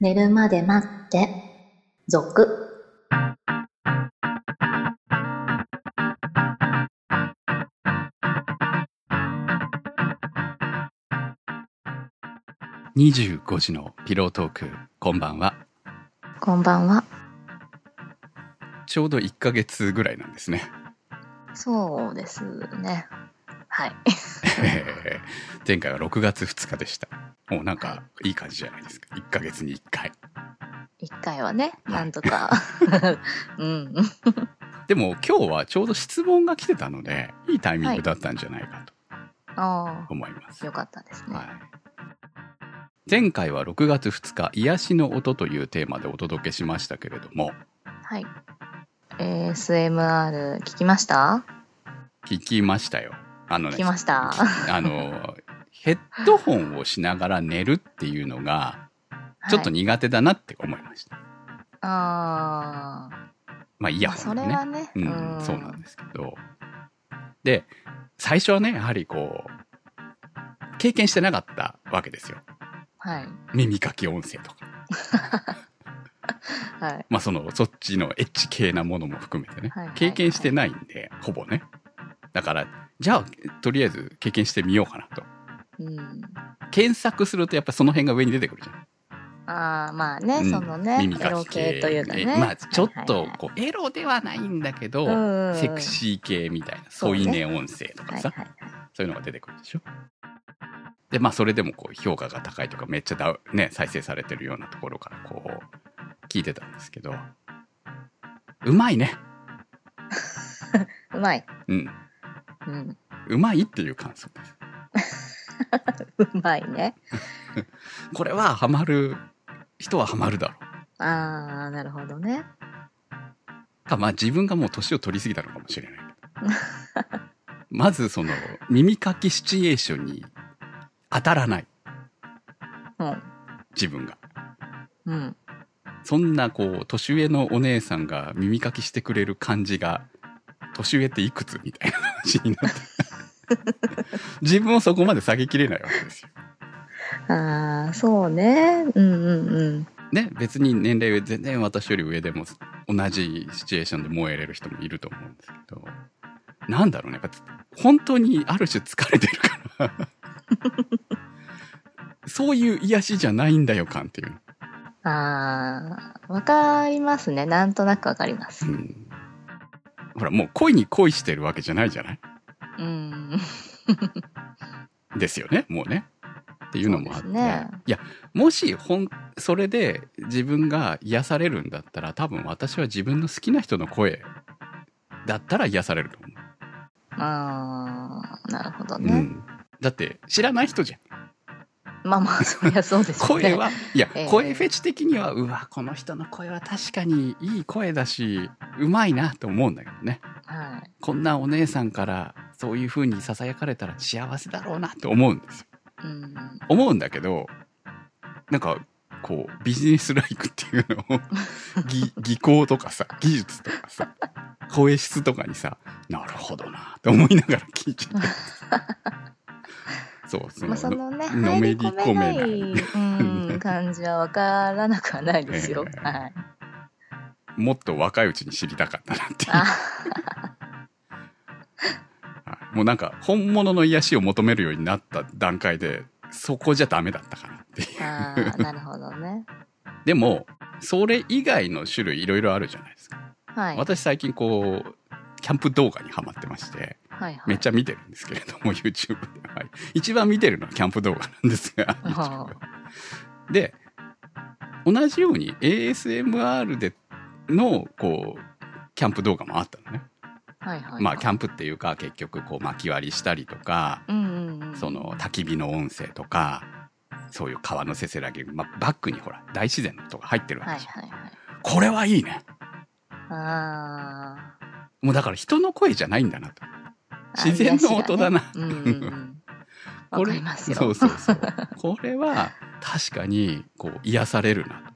寝るまで待って、続。 25時のピロートーク、こんばんは。 こんばんは。 ちょうど1ヶ月ぐらいなんですね。 そうですね。はい。 前回は6月2日でした。もうなんかいい感じじゃないですか。1ヶ月に1回。 1回はね、なんとか。うん。 でも今日はちょうど質問が来てたので、いいタイミングだったんじゃないかと思います。 よかったですね。 はい。前回は6月2日、癒しの音というテーマでお届けしましたけれども。 はい。ASMR 聞きました？ 聞きましたよ。 聞きました。 ヘッドホンをしながら寝るっていうのが、ちょっと苦手だなって思いました。 まあイヤホンでね。 それはね。 そうなんですけど。で、最初はね、やはりこう、経験してなかったわけですよ。 はい。 耳かき音声とか。 はい。 そっちのエッジ系なものも含めてね、経験してないんで、ほぼね。だから、じゃあ、とりあえず経験してみようかなと。検索するとやっぱその辺が上に出てくるじゃん。 まあね、そのね、 耳かき系エロ系というかね。 ちょっとこう、エロではないんだけど、セクシー系みたいな、添い寝音声とかさ、そういうのが出てくるでしょ。で、それでもこう、評価が高いとか、めっちゃ再生されてるようなところからこう、聞いてたんですけど、うまいね。 うまい。 うまいっていう感想です。 うまいね。 これはハマる人はハマるだろう。 なるほどね。 自分がもう年を取りすぎたのかもしれない。まず耳かきシチュエーションに当たらない。自分が。そんなこう、年上のお姉さんが耳かきしてくれる感じが、年上っていくつみたいな話になって。自分をそこまで下げきれないわけですよ。 そうね。 ね、別に年齢全然私より上でも同じシチュエーションで燃えれる人もいると思うんですけど、なんだろうね、やっぱ本当にある種疲れてるからそういう癒しじゃないんだよ感っていう。 わかりますね。なんとなくわかります。 ほら、もう恋に恋してるわけじゃないじゃない？ですよね、もうね。っていうのもあって。いや、もしそれで自分が癒されるんだったら、多分私は自分の好きな人の声だったら癒されると思う。 なるほどね。 だって知らない人じゃん。 そりゃそうですよね。 声は、いや、声フェチ的には、うわ、この人の声は確かにいい声だし、うまいなと思うんだけどね。こんなお姉さんからそういう風に囁かれたら幸せだろうなって思うんですよ。思うんだけど、なんか、こう、ビジネスライクっていうのを、技巧とかさ、技術とかさ、声質とかにさ、なるほどなって思いながら聞いちゃって。 そのね、入り込めない感じはわからなくはないですよ。 もっと若いうちに知りたかったなっていう。もうなんか本物の癒しを求めるようになった段階でそこじゃダメだったかなっていう。 なるほどね。 でもそれ以外の種類いろいろあるじゃないですか。私最近こうキャンプ動画にハマってまして、めっちゃ見てるんですけれども YouTube で、一番見てるのはキャンプ動画なんですがで同じように ASMR でのこうキャンプ動画もあったのね。キャンプっていうか結局こう薪割りしたりとか、その焚き火の音声とか、そういう川のせせらぎ、バックにほら大自然の音が入ってるわけですよ。これはいいね。もうだから人の声じゃないんだなと。自然の音だな。 わかりますよ。 そう。これは確かにこう癒されるな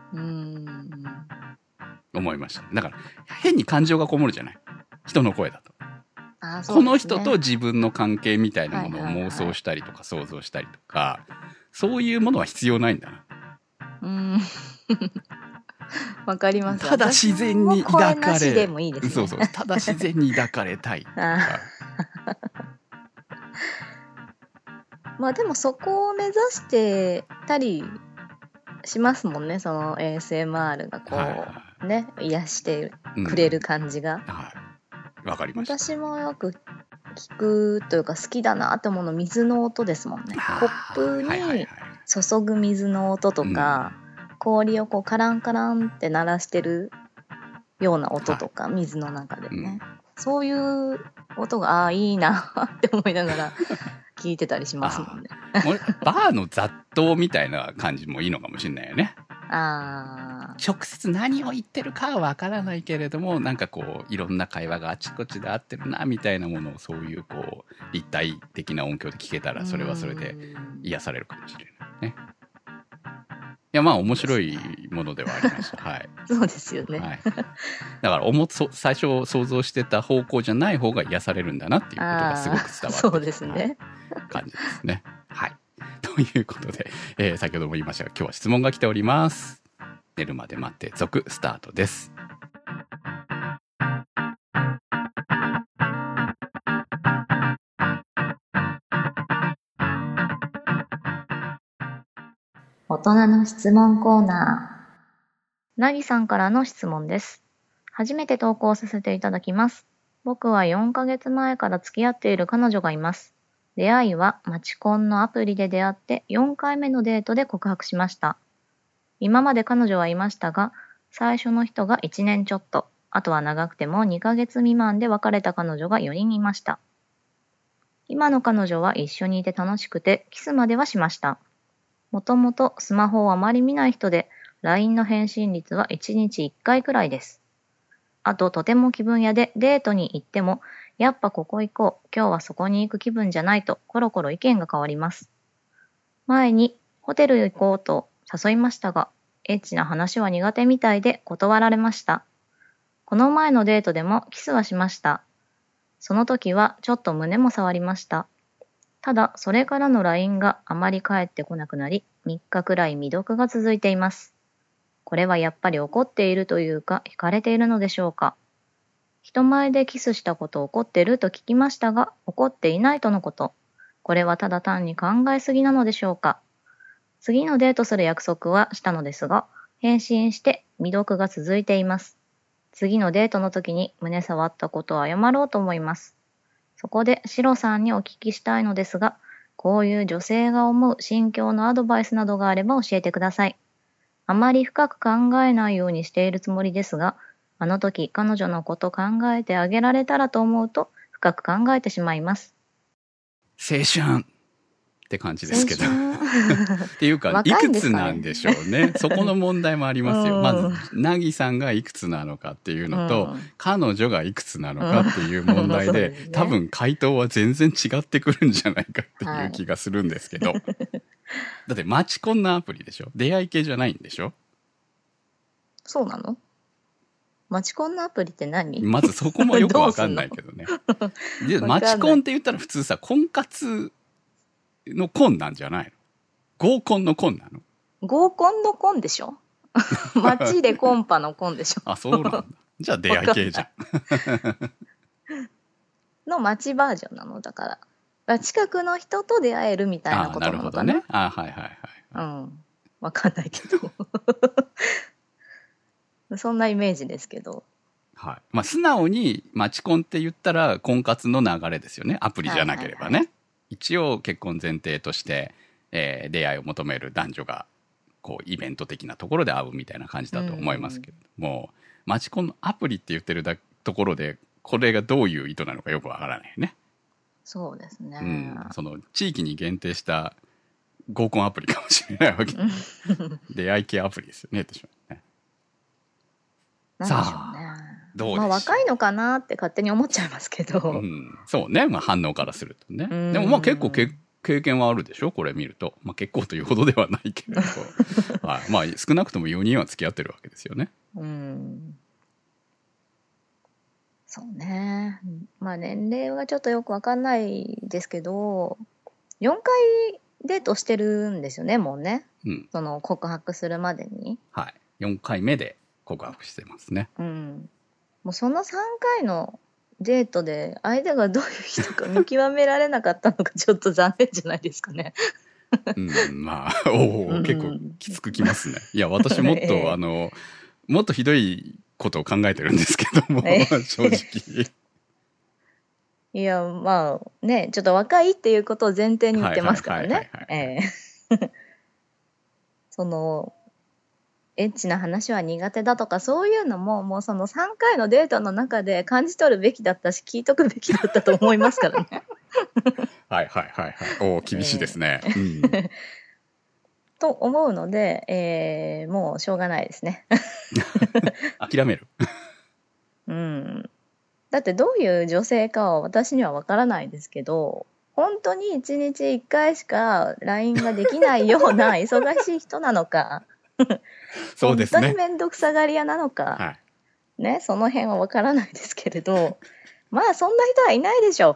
と思いました。だから変に感情がこもるじゃない。人の声だと。この人と自分の関係みたいなものを妄想したりとか想像したりとか、そういうものは必要ないんだな。 わかります。 ただ自然に抱かれ、 でもいいですね。 そうそう、ただ自然に抱かれたい。 まあでもそこを目指してたりしますもんね、その ASMR がこう、はいね、癒してくれる感じが。 はい。わかりました。 私もよく聞くというか好きだなって思うの水の音ですもんね。コップに注ぐ水の音とか、氷をこうカランカランって鳴らしてるような音とか、水の中でね。そういう音が、いいなって思いながら聞いてたりしますもんね。 バーの雑踏みたいな感じもいいのかもしれないよね。直接何を言ってるかはわからないけれども、なんかこういろんな会話があちこちで合ってるなみたいなものを、そういうこう立体的な音響で聞けたら、それはそれで癒されるかもしれないね。いや、まあ面白いものではありました。はい。 そうですよね。はい、 だから最初想像してた方向じゃない方が癒されるんだなっていうことがすごく伝わってきたそうですね、 感じですね。はい。ということで、先ほども言いましたが、今日は質問が来ております。寝るまで待って続スタートです。 大人の質問コーナー。なぎさんからの質問です。初めて投稿させていただきます。僕は4ヶ月前から付き合っている彼女がいます。出会いはマチコンのアプリで出会って4回目のデートで告白しました。今まで彼女はいましたが、最初の人が1年ちょっと、あとは長くても2ヶ月未満で別れた彼女が4人いました。今の彼女は一緒にいて楽しくてキスまではしました。もともとスマホをあまり見ない人で、LINE の返信率は1日1回くらいです。あと、とても気分屋でデートに行っても、やっぱここ行こう、今日はそこに行く気分じゃないと、コロコロ意見が変わります。前にホテル行こうと誘いましたが、エッチな話は苦手みたいで断られました。この前のデートでもキスはしました。その時はちょっと胸も触りました。ただ、それからの LINE があまり返ってこなくなり、3日くらい未読が続いています。これはやっぱり怒っているというか、惹かれているのでしょうか。人前でキスしたことを怒ってると聞きましたが、怒っていないとのこと。これはただ単に考えすぎなのでしょうか。次のデートする約束はしたのですが、返信して未読が続いています。次のデートの時に胸触ったことを謝ろうと思います。そこでシロさんにお聞きしたいのですが、こういう女性が思う心境のアドバイスなどがあれば教えてください。あまり深く考えないようにしているつもりですが、あの時彼女のこと考えてあげられたらと思うと深く考えてしまいます。 青春って感じですけどっていうか、いくつなんでしょうね。そこの問題もありますよ。まずなぎさんがいくつなのかっていうのと、彼女がいくつなのかっていう問題で、ね、多分回答は全然違ってくるんじゃないかっていう気がするんですけど、だってマチコンのアプリでしょ、出会い系じゃないんでしょ。 そうなの？マチコンのアプリって何？ まずそこもよくわかんないけどねでマチコンって言ったら普通さ、婚活の婚なんじゃないの？合コンの婚なの？ 合コンの婚でしょ街でコンパの婚でしょあ、そうなんだ。じゃあ出会い系じゃんの街バージョンなのだから。近くの人と出会えるみたいなことなのかな。なるほどね。 あ、はいはいはい。 うん。わかんないけど。そんなイメージですけど。 はい。まあ、素直にマチコンって言ったら婚活の流れですよね。アプリじゃなければね。はいはいはい、一応結婚前提として、出会いを求める男女がこうイベント的なところで会うみたいな感じだと思いますけれども、マチコンのアプリって言ってるところでこれがどういう意図なのかよくわからないよね。 そうですね、 うん、その地域に限定した合コンアプリかもしれないわけ出会い系アプリですよね。でしょうね。 なんでしょうね。どうでしょう。まあ若いのかなって勝手に思っちゃいますけど、 うん、そうね、まあ、反応からするとね。でもまあ結構経験はあるでしょ、これ見ると。まあ結構というほどではないけれど、はい、まあ少なくとも4人は付き合ってるわけですよね。 そうね。まあ年齢はちょっとよくわかんないですけど、4回デートしてるんですよね、もうね。その告白するまでに。 はい。4回目で告白してますね。 もうその3回のデートで相手がどういう人か見極められなかったのがちょっと残念じゃないですかね。 まあ、結構きつくきますね。いや、私もっと、もっとひどいことを考えてるんですけども、正直。 いや、まあね、ちょっと若いっていうことを前提に言ってますからね。その、エッチな話は苦手だとかそういうのももうその3回のデートの中で感じ取るべきだったし聞いとくべきだったと思いますからね。 厳しいですね。 と思うので、もうしょうがないですね。 諦める。 だってどういう女性かは私にはわからないですけど、本当に1日1回しか LINE ができないような忙しい人なのか。そうですね、本当に面倒くさがり屋なのか、ね、その辺は分からないですけれど、まあそんな人はいないでしょ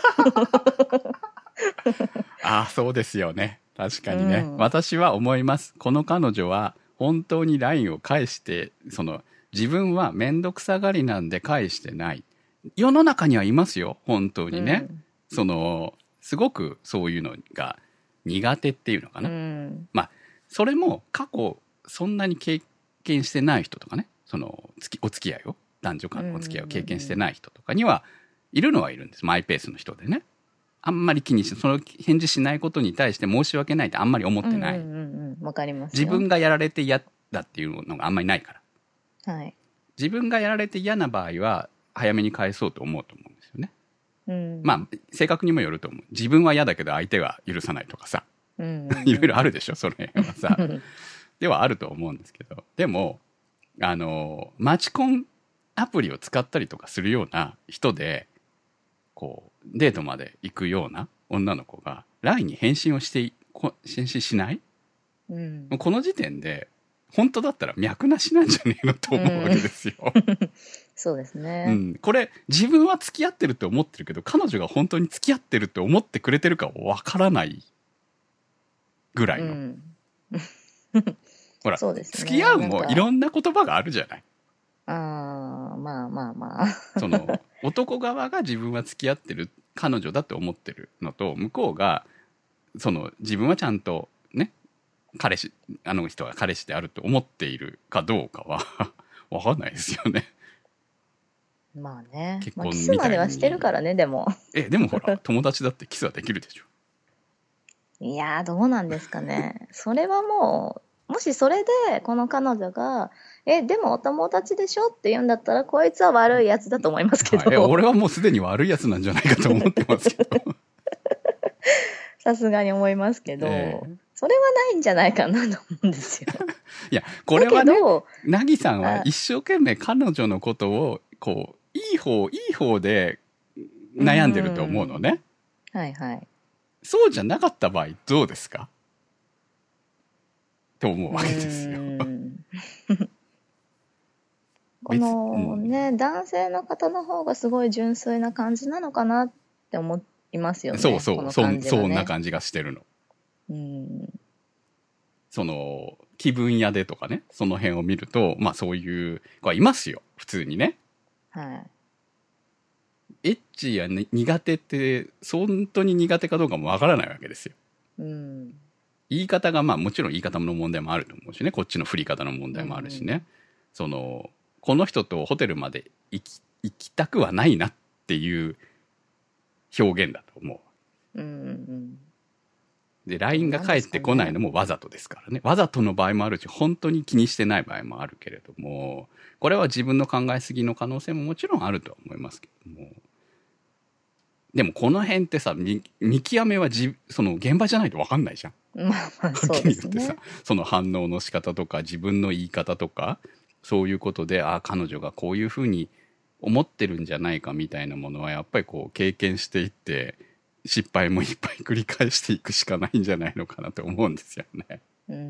そうですよね。確かにね、私は思います。この彼女は本当に LINE を返して、自分は面倒くさがりなんで返してない。世の中にはいますよ、本当にね。すごくそういうのが苦手っていうのかな。まあそれも過去そんなに経験してない人とかね、お付き合いを、男女間のお付き合いを経験してない人とかにはいるのはいるんです。マイペースの人でね。あんまり気にして、その返事しないことに対して申し訳ないってあんまり思ってない。 わかりますよ。 自分がやられて嫌だっていうのがあんまりないから。はい。 自分がやられて嫌な場合は早めに返そうと思うと思うんですよね。まあ性格にもよると思う。自分は嫌だけど相手は許さないとかさ、いろいろあるでしょ、その辺はさ。ではあると思うんですけど、でもマチコンアプリを使ったりとかするような人で、こうデートまで行くような女の子が LINE に返信を返信しない、この時点で本当だったら脈なしなんじゃねえのと思うわけですよ。 そうですね。 これ自分は付き合ってるって思ってるけど、彼女が本当に付き合ってるって思ってくれてるかわからないぐらいの。ほら、ね、付き合うもいろんな言葉があるじゃない。 まあ。 男側が自分は付き合ってる彼女だと思ってるのと、向こうが自分はちゃんとね、あの人は彼氏であると思っているかどうかは分かんないですよね。 まあね、キスまではしてるからね。でもでもほら友達だってキスはできるでしょ。 いやどうなんですかね。それはもしそれでこの彼女がでもお友達でしょって言うんだったら、こいつは悪いやつだと思いますけど、 俺はもうすでに悪いやつなんじゃないかと思ってますけどさすがに思いますけど、それはないんじゃないかなと思うんですよ。 いやこれはね、なぎさんは一生懸命彼女のことをこういい方で悩んでると思うのね。 はいはい。 そうじゃなかった場合どうですかと思うわけですよ。 このね、男性の方の方がすごい純粋な感じなのかなって思いますよね。 そう、そんな感じがしてるの。気分屋でとかね、その辺を見ると、まあそういう子はいますよ、普通にね。 はい。 エッチや、ね、苦手って本当に苦手かどうかもわからないわけですよ。言い方がもちろん言い方の問題もあると思うしね、こっちの振り方の問題もあるしね、この人とホテルまで行きたくはないなっていう表現だと思う。で LINE が返ってこないのもわざとですからね。わざとの場合もあるし、本当に気にしてない場合もあるけれども、これは自分の考えすぎの可能性ももちろんあるとは思いますけども、でもこの辺ってさ、見極めは現場じゃないと分かんないじゃん。はっきり言ってさ、その反応の仕方とか自分の言い方とか、そういうことで彼女がこういうふうに思ってるんじゃないかみたいなものはやっぱり経験していって失敗もいっぱい繰り返していくしかないんじゃないのかなと思うんですよね。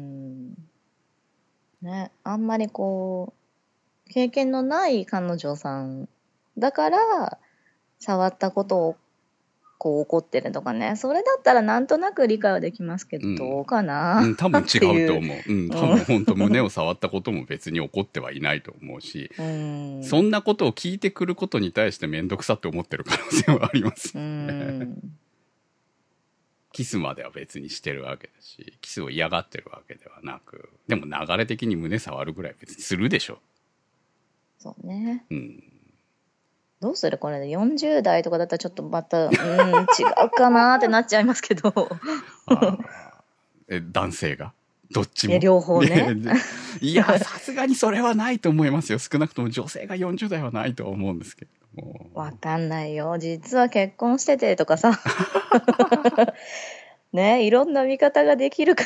ね、あんまり経験のない彼女さんだから触ったことをこう怒ってるとかね、それだったらなんとなく理解はできますけど、どうかな、 多分違うと思う。多分本当胸を触ったことも別に怒ってはいないと思うし、そんなことを聞いてくることに対して面倒くさって思ってる可能性はありますよね。キスまでは別にしてるわけだし、キスを嫌がってるわけではなく、でも流れ的に胸触るぐらい別にするでしょ。 そうね。どうするこれで40代とかだったらちょっとまた、違うかなってなっちゃいますけど。 男性がどっちも。 両方ね。 いや、さすがにそれはないと思いますよ。少なくとも女性が40代はないとは思うんですけれども。 わかんないよ。実は結婚しててとかさ。ね、いろんな見方ができるから。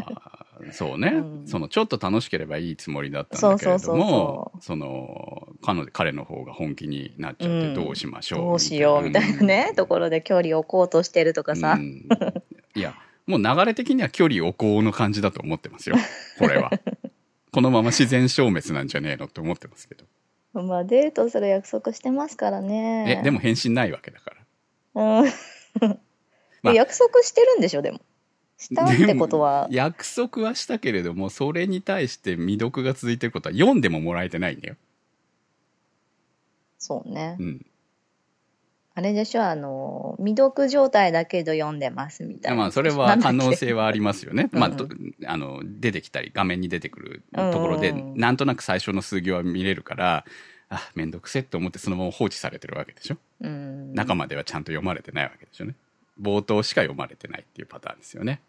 そうね、そのちょっと楽しければいいつもりだったんだけれども、彼の方が本気になっちゃってどうしましょう、 どうしようみたいなね、ところで距離を置こうとしてるとかさ。 いや、もう流れ的には距離置こうの感じだと思ってますよ、これは。このまま自然消滅なんじゃねえのって思ってますけど。 まあデートする約束してますからね。 でも返信ないわけだから。 約束してるんでしょ、でも。したってことは。 約束はしたけれども、それに対して未読が続いてることは読んでももらえてないんだよ。 そうね。あれでしょ、未読状態だけど読んでますみたいな。 まあ、それは可能性はありますよね。まあ、出てきたり、画面に出てくるところで、なんとなく最初の数行は見れるから、めんどくせって思ってそのまま放置されてるわけでしょ。中まではちゃんと読まれてないわけでしょね。冒頭しか読まれてないっていうパターンですよね。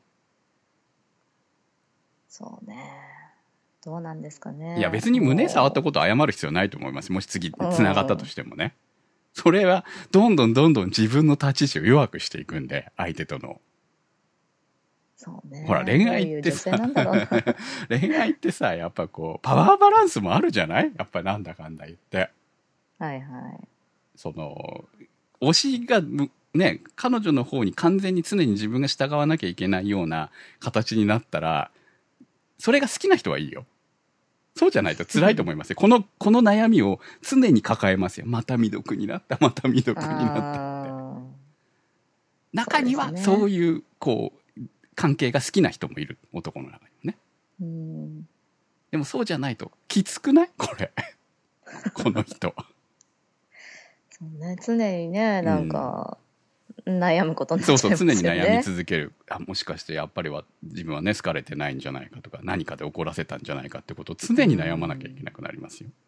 そうね。どうなんですかね。 いや、別に胸触ったこと謝る必要ないと思います。もし次繋がったとしてもね。それはどんどん自分の立ち位置を弱くしていくんで、相手との。 そうね。 ほら、恋愛ってさ、恋愛ってさ、やっぱこう、パワーバランスもあるじゃない？やっぱなんだかんだ言って。 はいはい。 推しがね、彼女の方に完全に常に自分が従わなきゃいけないような形になったら、それが好きな人はいいよ。そうじゃないと辛いと思いますよ。この悩みを常に抱えますよ。また未読になった、また未読になったって。中にはそういう、こう、関係が好きな人もいる。男の中にもね。でもそうじゃないときつくないこれ。この人。 そうね、常にね、なんか、悩むことになっちゃいますよね。 そう、常に悩み続ける。もしかしてやっぱり自分はね、好かれてないんじゃないかとか、何かで怒らせたんじゃないかってことを常に悩まなきゃいけなくなりますよ。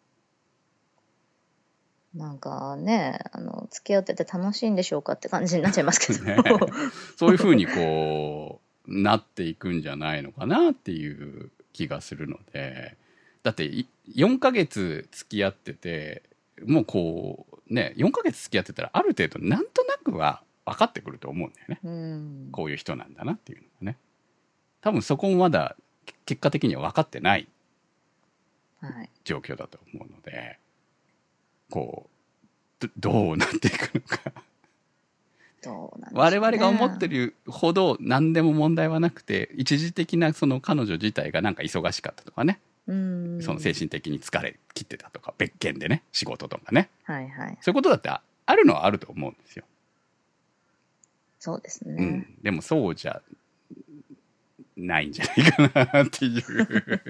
なんかね、付き合ってて楽しいんでしょうかって感じになっちゃいますけど。ね、 そういうふうにこう、なっていくんじゃないのかなっていう気がするので、だって4ヶ月付き合ってて、もうこう、ね、4ヶ月付き合ってたらある程度なんとなくは分かってくると思うんだよね。こういう人なんだなっていうのがね。多分そこもまだ結果的には分かってない状況だと思うので、こう、どうなっていくのか。 どうなんでしょうね。 我々が思ってるほど何でも問題はなくて、一時的なその彼女自体がなんか忙しかったとかね。その精神的に疲れ切ってたとか、別件でね、仕事とかね。 はいはい。 そういうことだってあるのはあると思うんですよ。 そうですね。 でもそうじゃないんじゃないかなっていう。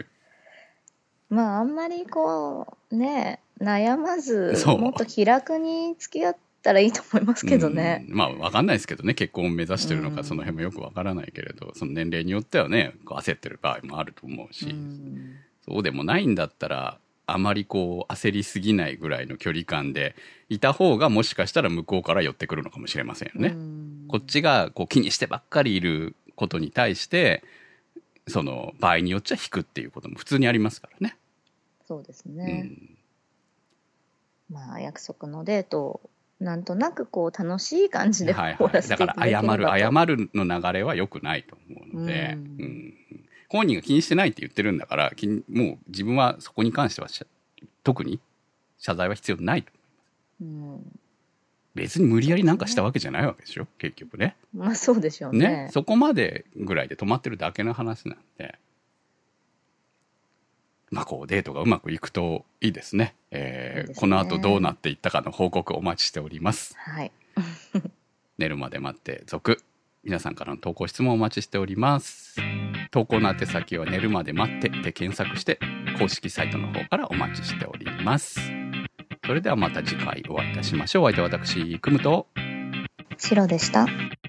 まああんまりこうね、悩まずもっと気楽に付き合ったらいいと思いますけどね。 まあ分かんないですけどね、結婚を目指してるのかその辺もよく分からないけれど、その年齢によってはね、焦ってる場合もあると思うし、そうでもないんだったらあまりこう焦りすぎないぐらいの距離感でいた方が、もしかしたら向こうから寄ってくるのかもしれませんよね。こっちがこう気にしてばっかりいることに対して、その場合によっちゃ引くっていうことも普通にありますからね。 そうですね。まあ約束のデートをなんとなくこう楽しい感じで終わらせていただければと。 だから謝るの流れは良くないと思うので、本人が気にしてないって言ってるんだから、もう自分はそこに関しては特に謝罪は必要ないと思います。別に無理やりなんかしたわけじゃないわけでしょ、結局ね。 まあそうでしょうね。 そこまでぐらいで止まってるだけの話なんで、まあこうデートがうまくいくといいですね。この後どうなっていったかの報告お待ちしております。 はい。 寝るまで待って続。皆さんからの投稿質問をお待ちしております。投稿の宛先は寝るまで待ってで検索して公式サイトの方からお待ちしております。それではまた次回お会いいたしましょう。お相手は私、くむとシロでした。